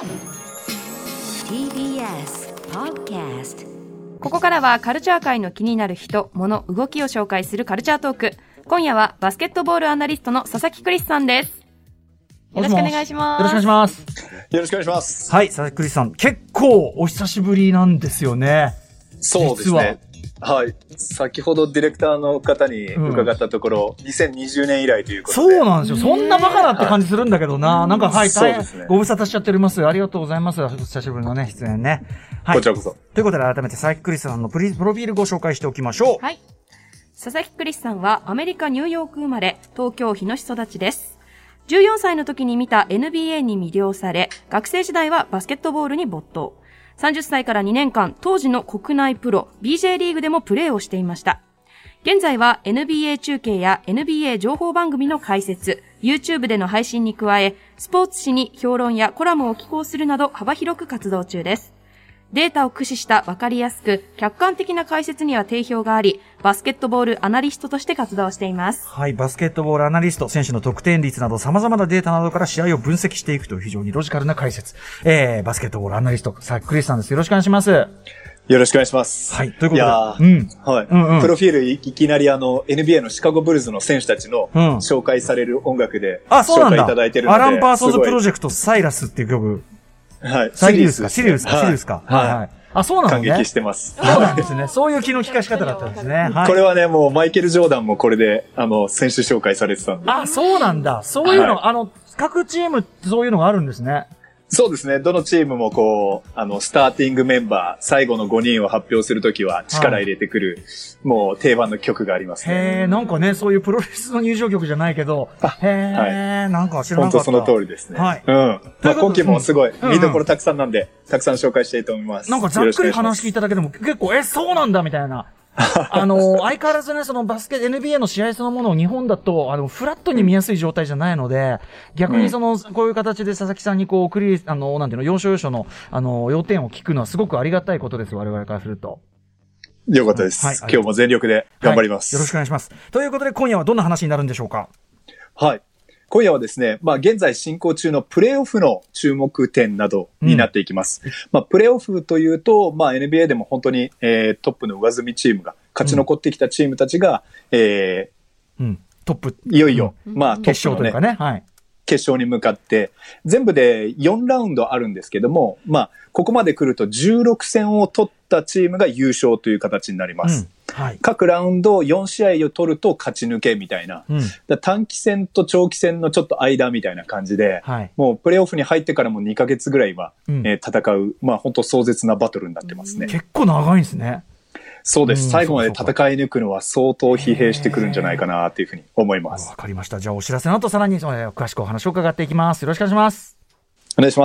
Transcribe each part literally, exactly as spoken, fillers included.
ティービーエス Podcast。 ここからはカルチャー界の気になる人、物、動きを紹介するカルチャートーク。今夜はバスケットボールアナリストの佐々木クリスさんです。よろしくお願いします。 よろしくお願いします。 よろしくお願いします。 はい、佐々木クリスさん、結構お久しぶりなんですよね。 そうですね。はい。先ほどディレクターの方に伺ったところ、うん、にせんにじゅうねん以来ということで。 そうなんですよ。そんなバカなって感じするんだけどな。はい、なんか、はい、大変、ね、ご無沙汰しちゃっております。ありがとうございます。久しぶりのね、出演ね。はい。 こちらこそ。 ということで、改めて佐々木クリスさんのプリ、プロフィールご紹介しておきましょう。 はい。佐々木クリスさんはアメリカ・ニューヨーク生まれ、東京日野市育ちです。じゅうよんさいの時に見た エヌビーエー に魅了され、学生時代はバスケットボールに没頭。さんじゅっさいからにねんかん、当時の国内プロ、ビージェー リーグでもプレーをしていました。現在は エヌビーエー 中継や エヌビーエー 情報番組の解説、YouTube での配信に加え、スポーツ紙に評論やコラムを寄稿するなど幅広く活動中です。データを駆使した分かりやすく客観的な解説には定評があり、バスケットボールアナリストとして活動しています。 はい、バスケットボールアナリスト、選手の得点率など様々なデータなどから試合を分析していくという非常にロジカルな解説。えー、バスケットボールアナリスト、佐々木クリスさんです。よろしくお願いします。 よろしくお願いします。 はい、ということで。いやー、うん。はい、うんうん。プロフィールいきなりあの、エヌビーエー のシカゴブルズの選手たちの紹介される音楽で紹介いただいてるので。 アラン・パーソンズプロジェクトサイラスっていう曲。 はい。 シリウスか、シリウスか、シリウスか。はい。はい。あ、そうなのね。 感激してます。 そうなんですね。そういう気の利かし方だったんですね。 はい。これはね、もうマイケル・ジョーダンもこれで、あの、選手紹介されてたんで。 あ、そうなんだ。そういうの、はい、あの、各チームそういうのがあるんですね。 そうですね。どのチームもこう、あの、スターティングメンバー、最後のごにんを発表するときは力入れてくる、はい、もう定番の曲がありますね。 へー、なんかね、そういうプロレスの入場曲じゃないけど、へー、はい、なんか知らなかった。 本当その通りですね。はい。うん。まあ、今期もすごい見どころたくさんなんで、うんうん、たくさん紹介したいと思います。 なんかざっくり話聞いただけでも結構、え、そうなんだみたいな。あの、相変わらずね、そのバスケ、エヌビーエー の試合そのものを日本だと、あの、フラットに見やすい状態じゃないので、逆にその、こういう形で佐々木さんにこう、クリ、あの、なんていうの、要所要所の、あの、要点を聞くのはすごくありがたいことです、我々からすると。 よかったです。はい、今日も全力で頑張ります、 はい。よろしくお願いします。ということで、今夜はどんな話になるんでしょうか？ はい。今夜はですね、まあ現在進行中のプレーオフの注目点などになっていきます。うん、まあプレーオフというと、まあ エヌビーエー でも本当に、えー、トップの上積みチームが、勝ち残ってきたチームたちが、うん、えー、うん、トップ。 いよいよ、うん、まあトップの、ね、 決勝というかね、はい。 決勝に向かって、全部でよんラウンドあるんですけども、まあ、ここまで来るとじゅうろくせんを取ったチームが優勝という形になります。うんはい、各ラウンドよんしあいを取ると勝ち抜けみたいな。うん、だ短期戦と長期戦のちょっと間みたいな感じで、はい、もうプレーオフに入ってからもにかげつぐらいは、うんえー、戦う、まあ本当壮絶なバトルになってますね。 結構長いんですね。 そうです。最後まで戦い抜くのは相当疲弊してくるんじゃないかなというふうに思います。 わかりました。じゃあお知らせの後さらに詳しくお話を伺っていきます。よろしくお願いします。 お願いします。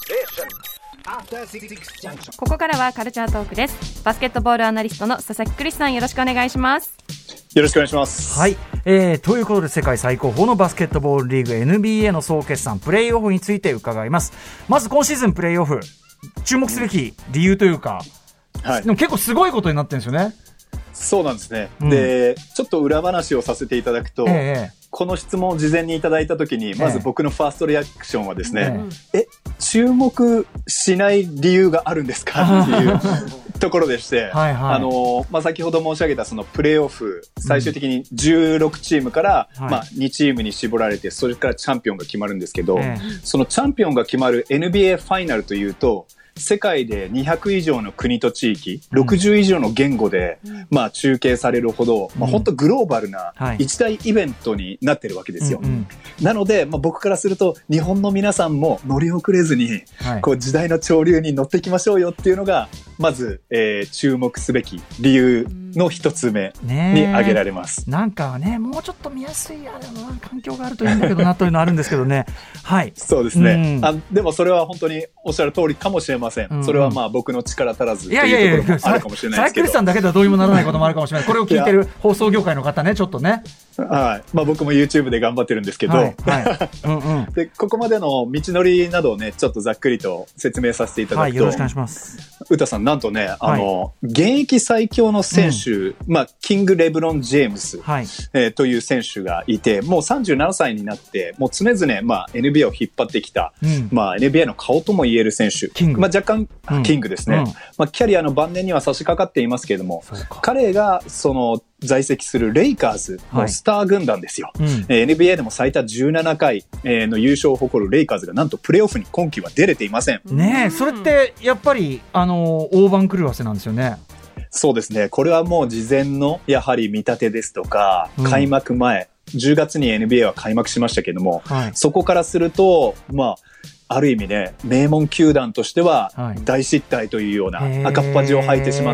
ここからはカルチャートークです。バスケットボールアナリストの佐々木クリスさん、よろしくお願いします。 よろしくお願いします。 はい、えー、ということで世界最高峰のバスケットボールリーグ エヌビーエー の総決算プレイオフについて伺います。まず今シーズンプレイオフ注目すべき理由というか、はい、でも結構すごいことになってるんですよね。 そうなんですね、うん、でちょっと裏話をさせていただくと、ええ、この質問を事前にいただいたときに、まず僕のファーストリアクションはですね、ええ、え注目しない理由があるんですかっていうところでしてはい、はい、あのまあ、先ほど申し上げたそのプレーオフ最終的にじゅうろくチームから、うんまあ、にチームに絞られてそれからチャンピオンが決まるんですけど、ええ、そのチャンピオンが決まる エヌビーエー ファイナルというと世界でにひゃくいじょうの国と地域、ろくじゅういじょうの言語で、うん、まあ中継されるほど、まあ本当グローバルな一大イベントになってるわけですよ。うんうん、なので、まあ僕からすると日本の皆さんも乗り遅れずに、はい、こう時代の潮流に乗っていきましょうよっていうのが、まず、えー、注目すべき理由の一つ目に挙げられます。 なんかね、もうちょっと見やすいあれ環境があるといいんだけどなというのはあるんですけどね。はい。 そうですね、うん、あ。でもそれは本当におっしゃる通りかもしれません。うんうん、それはまあ僕の力足らずというところもあるかもしれないですけど。佐々木さんだけではどうにもならないこともあるかもしれない。これを聞いてる放送業界の方ね、ちょっとね。はい。まあ僕も YouTube で頑張ってるんですけど、はいはいうんうん、でここまでの道のりなどをね、ちょっとざっくりと説明させていただくと、はい、よろしくお願いします。 歌さん、なんとね、あの、はい、現役最強の選手、うん、まあ、キング・レブロン・ジェームス、はいえー、という選手がいて、もうさんじゅうななさいになって、もう常々、まあ、エヌビーエー を引っ張ってきた、うん、まあ、エヌビーエー の顔とも言える選手。キング。まあ、若干、うん、キングですね、うん。まあ、キャリアの晩年には差し掛かっていますけれども、彼が、その、在籍するレイカーズのスター軍団ですよ。はいうん、エヌビーエー でも最多じゅうななかいの優勝を誇るレイカーズがなんとプレーオフに今季は出れていません。 ねえ、それってやっぱり、あの、大番狂わせなんですよね。 そうですね。これはもう事前のやはり見立てですとか、うん、開幕前、じゅうがつに エヌビーエー は開幕しましたけども、はい、そこからすると、まあ、ある意味ね、名門球団としては大失態というような赤っ端を履いてしまった。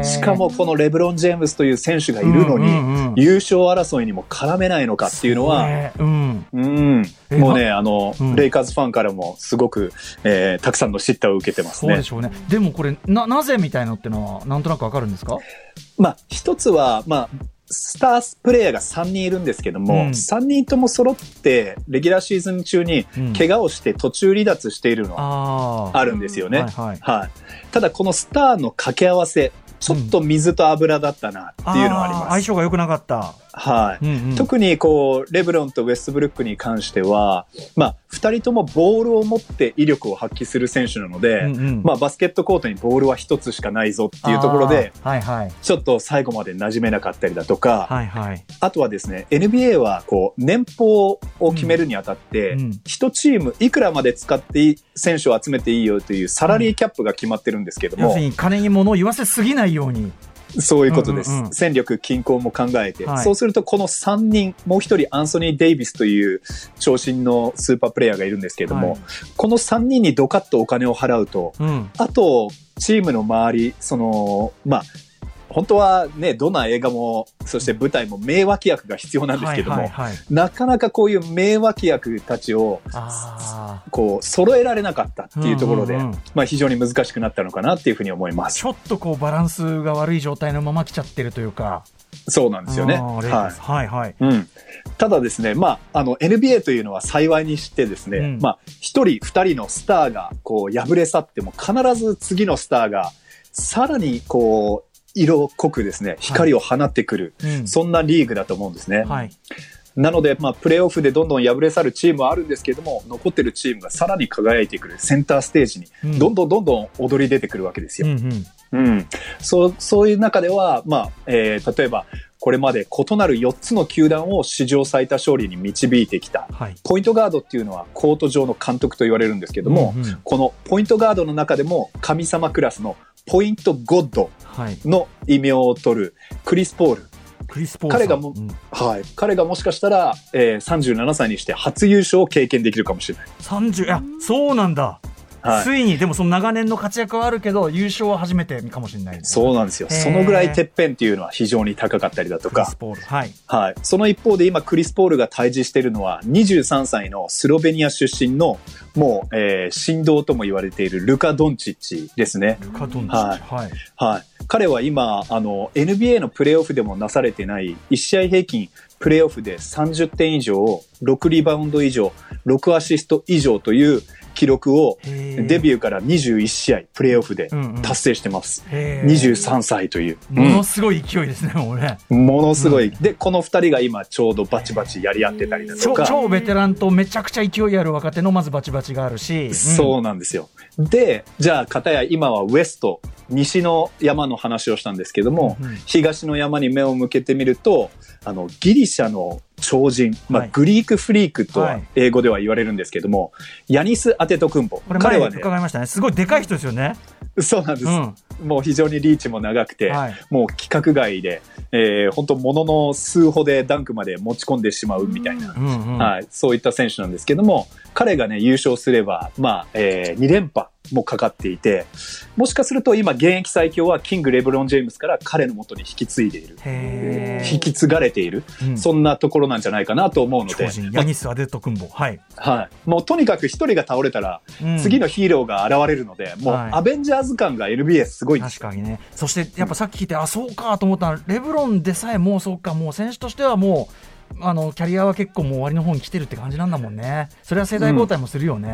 しかもこのレブロン・ジェームスという選手がいるのに、うんうんうん、優勝争いにも絡めないのかっていうのは、うん、うん、もうね、あの、うん、レイカーズファンからもすごく、えー、たくさんの叱咤を受けてますね。 そうでしょうね。でもこれ、な、なぜみたいのってのは、なんとなくわかるんですか？ まあ、一つは、まあ、スタープレイヤーがさんにんいるんですけども、うん、さんにんとも揃ってレギュラーシーズン中に怪我をして途中離脱しているのはあるんですよね。うんはいはいはい、ただこのスターの掛け合わせ、ちょっと水と油だったなっていうのはあります。 うん、相性が良くなかった。 はい、うんうん。特にこうレブロンとウェストブルックに関しては、まあ二人ともボールを持って威力を発揮する選手なので、うんうん、まあバスケットコートにボールは一つしかないぞっていうところで、はいはい、ちょっと最後まで馴染めなかったりだとか、はいはい、あとはですね、エヌビーエー はこう年俸を決めるにあたって、うんうん、一チームいくらまで使っていい選手を集めていいよというサラリーキャップが決まってるんですけども、 要するに金に物を言わせすぎないように。 そういうことです、うんうんうん。戦力均衡も考えて、はい、そうするとこのさんにん、もう一人アンソニー・デイビスという長身のスーパープレイヤーがいるんですけれども、はい、このさんにんにドカッとお金を払うと、うん、あとチームの周り、そのまあ本当はね、どんな映画も、そして舞台も名脇役が必要なんですけども、はいはいはい、なかなかこういう名脇役たちを、こう、揃えられなかったっていうところで、うんうんうん、まあ非常に難しくなったのかなっていうふうに思います。 ちょっとこう、バランスが悪い状態のまま来ちゃってるというか。 そうなんですよね。 はい、はいはい。 うん。ただですね、まあ、あの、エヌビーエー というのは幸いにしてですね、うん、まあ、一人、二人のスターが、こう、敗れ去っても、必ず次のスターが、さらに、こう、色濃くですね、光を放ってくる、はいうん、そんなリーグだと思うんですね。はい、なので、まあ、プレーオフでどんどん敗れ去るチームはあるんですけれども、残ってるチームがさらに輝いてくるセンターステージに、どんどんどんどん踊り出てくるわけですよ。うんうんうん、そう、そういう中では、まあ、えー、例えば、これまで異なるよっつの球団を史上最多勝利に導いてきた、はい、ポイントガードっていうのはコート上の監督と言われるんですけども、うんうん、このポイントガードの中でも神様クラスのポイントゴッドの異名を取るクリス・ポール。 クリス・ポール彼がも、うん、はい。彼がもしかしたら、えー、さんじゅうななさいにして初優勝を経験できるかもしれない。 さんじゅう、いや、そうなんだ。はい、ついに、でもその長年の活躍はあるけど、優勝は初めてかもしれない、ね。 そうなんですよ。そのぐらいてっぺんっていうのは非常に高かったりだとか。 クリス・ポール。はい。 はい。その一方で今、クリス・ポールが対峙しているのは、にじゅうさんさいのスロベニア出身の、もう、えー、神童とも言われているルカ・ドンチッチですね。 ルカ・ドンチッチ。はい。はい。 はい。彼は今、あの、エヌビーエー のプレーオフでもなされてない、いち試合平均、プレーオフでさんじゅってん以上、ろくリバウンド以上、ろくアシスト以上という記録をデビューからにじゅういち試合プレーオフで達成してます。うんうん、にじゅうさんさいという。 ものすごい勢いですね、もうね。 ものすごい。うん、で、このふたりが今ちょうどバチバチやり合ってたりだとか。 超ベテランとめちゃくちゃ勢いある若手のまずバチバチがあるし。うん、 そうなんですよ。で、じゃあ、片や今はウエスト、西の山の話をしたんですけども、うんうん、東の山に目を向けてみると、あの、ギリシャの超人、まあ、はい、グリークフリークとは英語では言われるんですけども、はい、ヤニス・アテトクンボ。 これ前伺いましたね。すごいでかい人ですよね。 そうなんです。うん、もう非常にリーチも長くて、はい、もう規格外で、えー、本当ものの数歩でダンクまで持ち込んでしまうみたいな、うんうん、はい、そういった選手なんですけども、彼がね、優勝すれば、まあ、えー、に連覇もかかっていて、もしかすると今現役最強はキング・レブロン・ジェームスから彼の元に引き継いでいる。へー。引き継がれている、うん。そんなところなんじゃないかなと思うので。 ヤニス・アデトクンボ。はい。 はい。もうとにかく一人が倒れたら、うん、次のヒーローが現れるので、もうアベンジャーズ感が エヌビーエー すごいんです。 確かにね。そしてやっぱさっき聞いて、うん、あ、そうかと思ったら、レブロンでさえもうそうか、もう選手としてはもう、あのキャリアは結構もう終わりの方に来てるって感じなんだもんね。それは世代交代もするよね。 うん、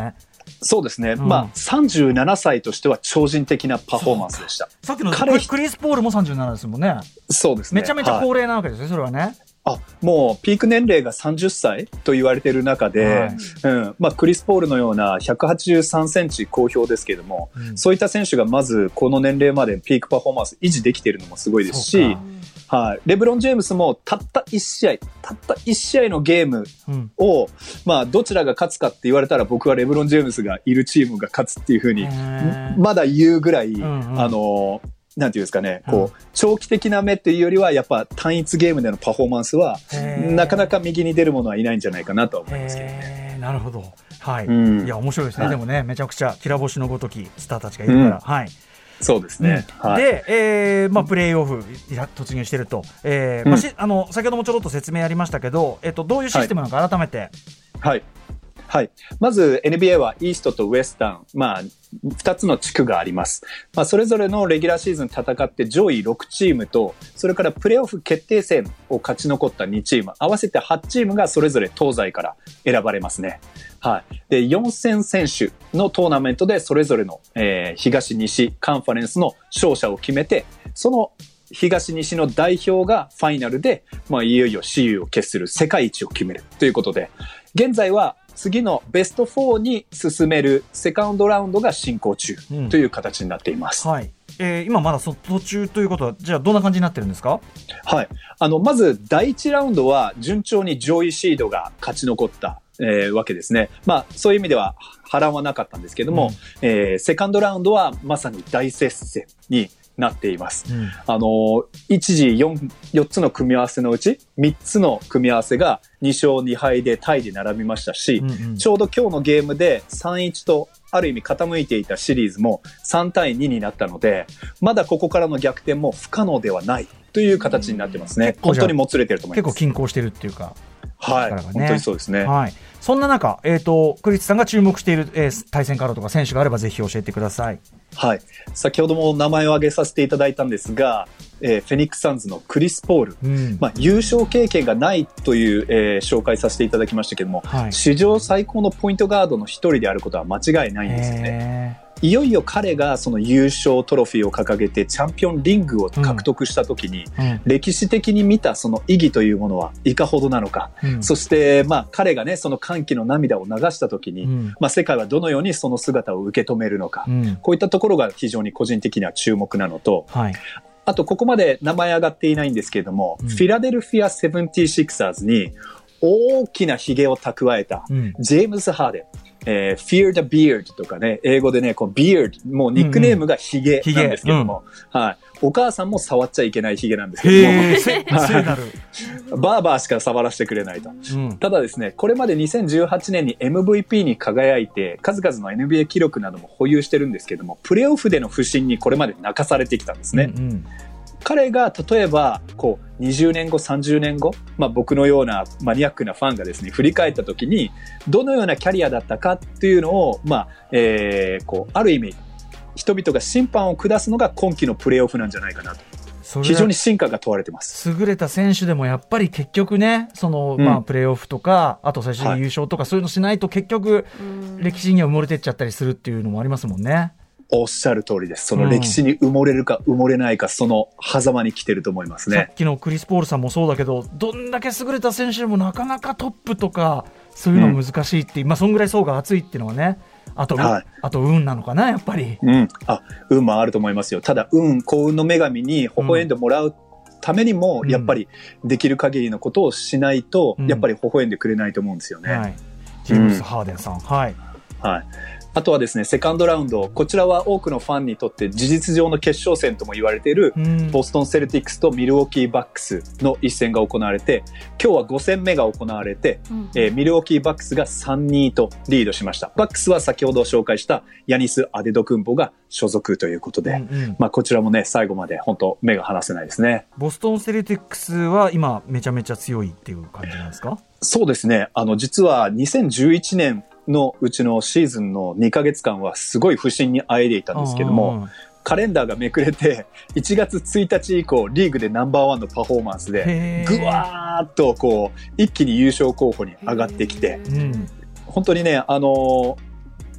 そうですね。うん、まあ、さんじゅうななさいとしては超人的なパフォーマンスでした。 さっきの彼クリス・ポールもさんじゅうななですもんね。 そうですね。 めちゃめちゃ高齢なわけですね、はい、それはね。 あ、もうピーク年齢がさんじゅっさいと言われている中で、はい、うん、まあクリス・ポールのようなひゃくはちじゅうさんセンチ好評ですけれども、うん、そういった選手がまずこの年齢までピークパフォーマンス維持できているのもすごいですし、はい、レブロン・ジェームスもたったいち試合、たったいち試合のゲームを、うん、まあどちらが勝つかって言われたら僕はレブロン・ジェームスがいるチームが勝つっていうふうにまだ言うぐらい、うんうん、あのなんていうんですかね、こう、長期的な目っていうよりは、やっぱ単一ゲームでのパフォーマンスは、なかなか右に出る者はいないんじゃないかなと思いますけどね。 なるほど。はい。うん、いや、面白いですね。はい、でもね、めちゃくちゃ、きら星のごときスターたちがいるから。うん、はい。 そうですね。 うんはい、で、えー、まあ、プレイオフ突入してると。えー、まあ、し、あの、先ほどもちょろっと説明ありましたけど、えっと、どういうシステムなのか改めて。 はい。はいはい。まず エヌビーエー はイーストとウエスタン、まあ、二つの地区があります。まあ、それぞれのレギュラーシーズン戦って上位ろくチームと、それからプレーオフ決定戦を勝ち残ったにチーム、合わせてはちチームがそれぞれ東西から選ばれますね。はい。で、よん戦選手のトーナメントでそれぞれの、えー、東西カンファレンスの勝者を決めて、その東西の代表がファイナルで、まあ、いよいよ雌雄を決する世界一を決めるということで、現在は次のベストフォーに進めるセカンドラウンドが進行中という形になっています。 うん、はい。えー、今まだそ途中ということは、じゃあどんな感じになってるんですか？ はい。あの、まずだいいちラウンドは順調に上位シードが勝ち残った、えー、わけですね。まあ、そういう意味では波乱はなかったんですけども、うん、えー、セカンドラウンドはまさに大接戦になっています。うん、あの、一時 4, 4つの組み合わせのうちみっつの組み合わせがに勝に敗でタイで並びましたし、うんうん、ちょうど今日のゲームで さんたいいち とある意味傾いていたシリーズもさんたいにになったので、まだここからの逆転も不可能ではないという形になってますね。本当にもつれてると思います。 結構均衡してるっていうか。 はい、ね、本当にそうですね。 はい。そんな中、えっと、クリスさんが注目している、えー、対戦カードとか選手があればぜひ教えてください。 はい。先ほども名前を挙げさせていただいたんですが、えー、フェニックスサンズのクリス・ポール。うん、まあ、優勝経験がないという、えー、紹介させていただきましたけども、はい、史上最高のポイントガードの一人であることは間違いないんですよね。いよいよ彼がその優勝トロフィーを掲げてチャンピオンリングを獲得した時に、うんうん、歴史的に見たその意義というものはいかほどなのか、うん、そしてまあ彼がねその歓喜の涙を流した時に、うん、まあ世界はどのようにその姿を受け止めるのか、うん、こういったところが非常に個人的には注目なのと、はい、あとここまで名前上がっていないんですけれども、うん、フィラデルフィアセブンティシクサーズに大きな髭を蓄えたジェームズ・ハーデン、えー、Fear the Beard とかね、英語でね、こう Beard、もうニックネームがヒゲなんですけども、うんうん、はい。お母さんも触っちゃいけないヒゲなんですけども、バーバーしか触らせてくれないと、うん。ただですね、これまでにせんじゅうはちねんに エムブイピー に輝いて、数々の エヌビーエー 記録なども保有してるんですけども、プレーオフでの不振にこれまで泣かされてきたんですね。うんうん、彼が例えばこうにじゅうねんごさんじゅうねんご、まあ、僕のようなマニアックなファンがですね振り返った時にどのようなキャリアだったかっていうのを、まあえー、こうある意味人々が審判を下すのが今季のプレーオフなんじゃないかなと。非常に進化が問われてます。 優れた選手でもやっぱり結局ね、その、うん、まあプレーオフとか、あと最終的に優勝とか、はい、そういうのしないと結局歴史には埋もれてっちゃったりするっていうのもありますもんね。 おっしゃる通りです。その歴史に埋もれるか埋もれないか、その狭間に来てると思いますね。 さっきのクリス・ポールさんもそうだけど、どんだけ優れた選手でもなかなかトップとかそういうの難しいって、うん、まあそんぐらい層が厚いっていうのはね、あと、はい、あと運なのかなやっぱり。 うん、あ、運もあると思いますよ。ただ運、幸運の女神に微笑んでもらうためにも、うん、やっぱりできる限りのことをしないと、うん、やっぱり微笑んでくれないと思うんですよね。はい、 ジェームス・ハーデンさん、うん、はいはい。あとはですね、セカンドラウンド。こちらは多くのファンにとって事実上の決勝戦とも言われている、ボストンセルティックスとミルウォーキーバックスの一戦が行われて、今日はご戦目が行われて、うんえー、ミルウォーキーバックスが さんたいに とリードしました。バックスは先ほど紹介したヤニス・アデドクンボが所属ということで、うんうん、まあこちらもね、最後まで本当目が離せないですね。 ボストンセルティックスは今めちゃめちゃ強いっていう感じなんですか？ そうですね。あの、実はにせんじゅういちねんのうちのシーズンのにかげつかんはすごい不振にあえいでいたんですけども、カレンダーがめくれていちがつついたち以降リーグでナンバーワンのパフォーマンスでぐわーっとこう一気に優勝候補に上がってきて、うん、本当にね、あの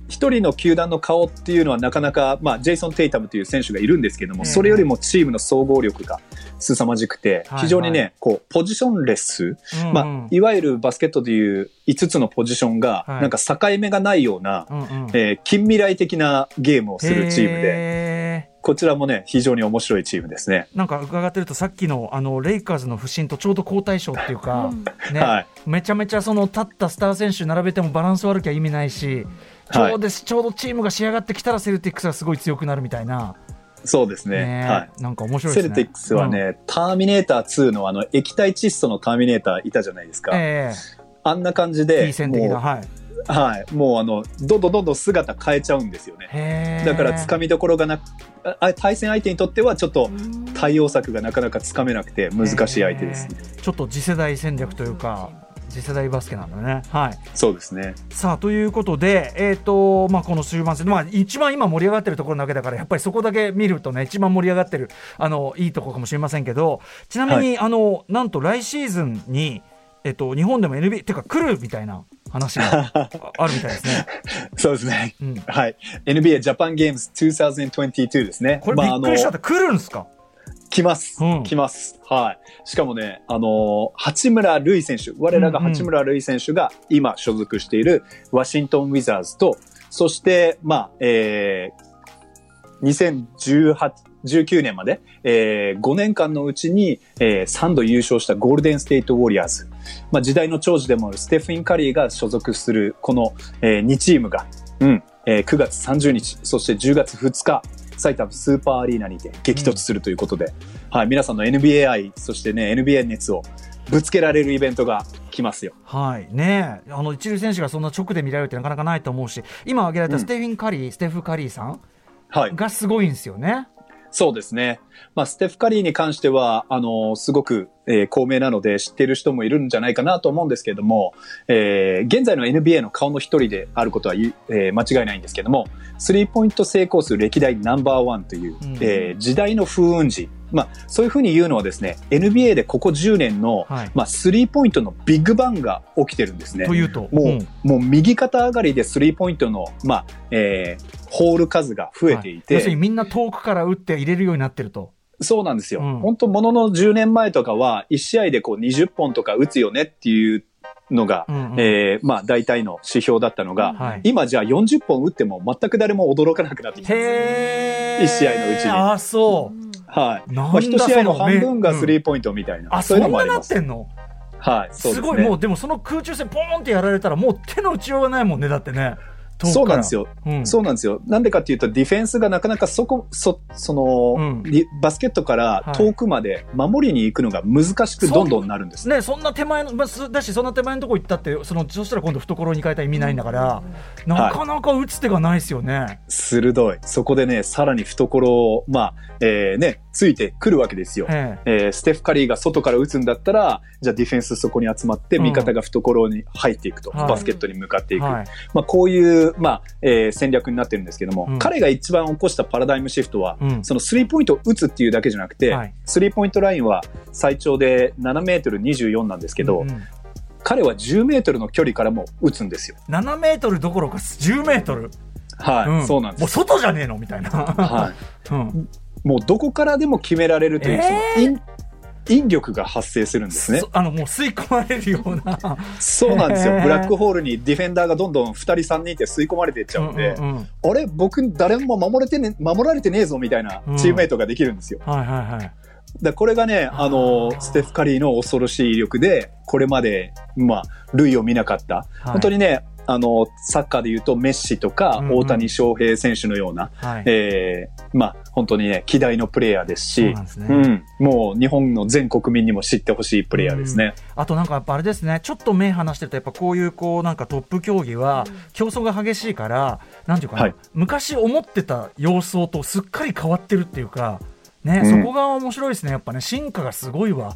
一人の球団の顔っていうのはなかなか、まあ、ジェイソン・テイタムという選手がいるんですけども、それよりもチームの総合力が凄まじくて、非常にね、こう、ポジションレス、まあ、いわゆるバスケットでいういつつのポジションが、なんか境目がないような、えー、近未来的なゲームをするチームで、こちらもね、非常に面白いチームですね。 なんか伺ってると、さっきのあの、レイカーズの不振とちょうど好対照っていうか、ね、はい、めちゃめちゃその立ったスター選手並べてもバランス悪きゃ意味ないし、ちょうど、はい、ちょうどチームが仕上がってきたらセルティックスがすごい強くなるみたいな。 そうですね。ね、はい。 なんか面白いですね。 セルティックスはね、うん、ターミネーターツーのあの液体窒素のターミネーターいたじゃないですか。えー、あんな感じで。 いい線的な、はい。 はい。もうあの、どんどんどんどん姿変えちゃうんですよね。だから掴みどころがなく、対戦相手にとってはちょっと対応策がなかなかつかめなくて難しい相手ですね。 ちょっと次世代戦略というか、次世代バスケなんだね。はい。 そうですね。 さあ、ということで、えっと、まあ、この終盤戦、まあ、一番今盛り上がってるところだけだから、やっぱりそこだけ見るとね、一番盛り上がってる、あの、いいところかもしれませんけど、ちなみに、はい、あの、なんと来シーズンに、えっと、日本でも エヌビーエー、てか来るみたいな話があるみたいですね。 そうですね。うん、はい。エヌビーエー ジャパンゲームズにせんにじゅうにですね。 これびっくりしたって、来るんですか？ 来ます、うん。来ます。はい。しかもね、あのー、八村塁選手、我らが八村塁選手が今所属しているワシントンウィザーズと、そして、まあ、えー、にせんじゅうはち、じゅうきゅうねんまで、えー、ごねんかんのうちに、えー、さんど優勝したゴールデンステートウォリアーズ。まあ、時代の長寿でもあるステフィン・カリーが所属するこの、えー、にチームが、うん、えー、くがつさんじゅうにち、そしてじゅうがつふつか、埼玉スーパーアリーナにて激突するということで、うん、はい、皆さんの エヌビーエー 愛、そしてね、エヌビーエー 熱をぶつけられるイベントが来ますよ。 はいね、あの一流選手がそんな直で見られるってなかなかないと思うし、今挙げられたステフィン・カリー、うん、ステフ・カリーさん、はい、がすごいんですよね。 そうですね。まあ、ステフ・カリーに関しては、あの、すごく、えー、高名なので知っている人もいるんじゃないかなと思うんですけれども、えー、現在の エヌビーエー の顔の一人であることは、えー、間違いないんですけども、スリーポイント成功数歴代ナンバーワンという、うん、えー、時代の風雲児。まあ、そういうふうに言うのはですね、エヌビーエー でここじゅうねんの、はい、まあ、スリーポイントのビッグバンが起きてるんですね。 というと、 もう、うん、もう右肩上がりでスリーポイントの、まあ、えー、ホール数が増えていて、 はい、要するにみんな遠くから打って入れるようになってると。 そうなんですよ。うん、本当もののじゅうねんまえとかは、いち試合でこうにじゅっぽんとか打つよねっていうのが、うんうん、えー、まあ大体の指標だったのが、はい、今じゃあよんじゅっぽん打っても全く誰も驚かなくなってきてるんですよ。いち試合のうちに。 ああ、そう。 はい。まあ、いち試合の半分がスリーポイントみたいな。 うん、あ、そういうのもあります。そんななってんの？ はい。そうですね。 すごい、もうでもその空中戦ポーンってやられたらもう手の打ちようがないもんね、だってね。 そうなんですよ、うん。そうなんですよ。なんでかっていうと、ディフェンスがなかなかそこ、そ、その、うん、バスケットから遠くまで守りに行くのが難しくどんどんなるんです。 ね、そんな手前の、まあ、だし、そんな手前のとこ行ったって、その、そしたら今度懐に変えたら意味ないんだから、うん、なかなか打つ手がないですよね。はい、 鋭い。そこでね、さらに懐を、まあ、えー、ね、ついてくるわけですよ。えー、ステフ・カリーが外から打つんだったら、じゃあディフェンスそこに集まって、味方が懐に入っていくと、うん、バスケットに向かっていく。はい、まあ、こういう、まあ、えー、戦略になってるんですけども、うん、彼が一番起こしたパラダイムシフトは、うん、そのスリーポイントを打つっていうだけじゃなくて、はい、スリーポイントラインは最長でななメートルにじゅうよんなんですけど、うんうん、彼はじゅうメートルの距離からも打つんですよ。 ななメートルどころかじゅうメートル。 はい、うん、そうなんです。 もう外じゃねえのみたいな。 はい。うん、もうどこからでも決められるという、えー、その引力が発生するんですね。 あの、もう吸い込まれるような。 そうなんですよ。ブラックホールにディフェンダーがどんどんふたりさんにんって吸い込まれていっちゃうんで、うんうんうん、あれ僕誰も守れてね、守られてねえぞみたいなチームメイトができるんですよ。 うん、はいはいはい。 だこれがね、あの、ステフ・カリーの恐ろしい威力で、これまで、まあ、類を見なかった。はい、本当にね、あの、サッカーで言うとメッシとか大谷翔平選手のような、うんうん、えー、まあ、本当にね、希代のプレイヤーですし、そうなんですね。うん。もう日本の全国民にも知ってほしいプレイヤーですね。 うん、あとなんかやっぱあれですね、ちょっと目離してるとやっぱこういうこうなんかトップ競技は競争が激しいから、なんていうかな、はい、昔思ってた様相とすっかり変わってるっていうか、ね、うん、そこが面白いですね。やっぱね、進化がすごいわ。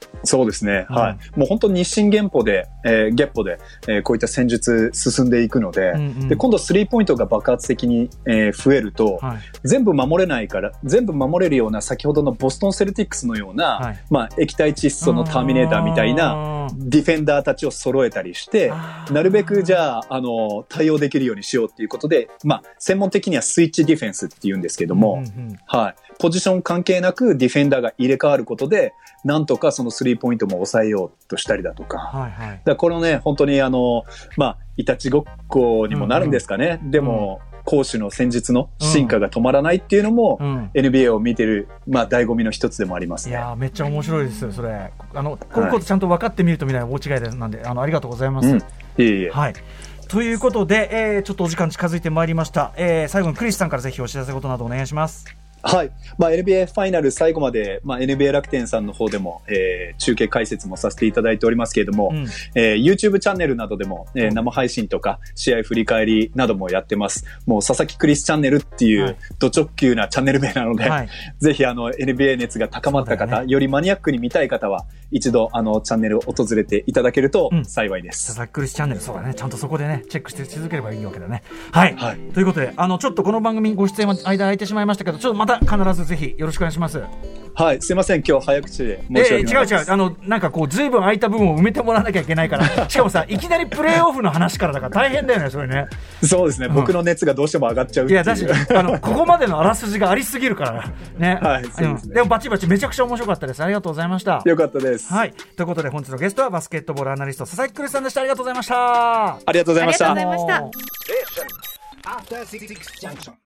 そうですね。うん、はい。もう本当に日進月歩で、えー、月歩で、えー、こういった戦術進んでいくので、うんうん、で、今度スリーポイントが爆発的に、えー、増えると、はい、全部守れないから、全部守れるような先ほどのボストンセルティックスのような、はい、まあ、液体窒素のターミネーターみたいなディフェンダーたちを揃えたりして、なるべくじゃあ、あの、対応できるようにしようっていうことで、まあ、専門的にはスイッチディフェンスって言うんですけども、うんうん、はい。ポジション関係なくディフェンダーが入れ替わることで、なんとかそのスリーポイントも抑えようとしたりだとか。はいはい、だからこのね、本当にあの、まあ、いたちごっこにもなるんですかね。うんうん、でも、うん、攻守の戦術の進化が止まらないっていうのも、うん、エヌビーエー を見てる、まあ、醍醐味の一つでもありますね。 いやー、めっちゃ面白いですよ、それ。あの、こういうことちゃんと分かってみるとみたいな大違いでなんで、あの、ありがとうございます。うん、いえいえ。 はい。ということで、えー、ちょっとお時間近づいてまいりました。えー、最後にクリスさんからぜひお知らせことなどお願いします。 はい。まあ、エヌビーエー ファイナル最後まで、まあ、エヌビーエー 楽天さんの方でも、えー、中継解説もさせていただいておりますけれども、うん、えー、YouTube チャンネルなどでも、えー、生配信とか、試合振り返りなどもやってます。もう、佐々木クリスチャンネルっていう、ド直球なチャンネル名なので、はい、ぜひ、あの、エヌビーエー 熱が高まった方、ね、よりマニアックに見たい方は、一度、あの、チャンネルを訪れていただけると幸いです。 うん、佐々木クリスチャンネル、そうだね。ちゃんとそこでね、チェックして続ければいいわけだね。はい。はい、ということで、あの、ちょっとこの番組ご出演は間空いてしまいましたけど、ちょっとまた必ずぜひ、よろしくお願いします。 はい、すいません、今日早口で申し訳ないです。 えー、違う違う、あの、なんかこう、ずいぶん空いた部分を埋めてもらわなきゃいけないから、しかもさ、いきなりプレーオフの話からだから大変だよね、それね。 そうですね、うん、僕の熱がどうしても上がっちゃうっていう。いや、 だし、あの、ここまでのあらすじがありすぎるからね。はい、そうですね。でもバチバチめちゃくちゃ面白かったです。ありがとうございました。 よかったです。 はい。ということで、本日のゲストはバスケットボールアナリスト、佐々木クリスさんでした。ありがとうございました。 ありがとうございました。 ありがとうございました。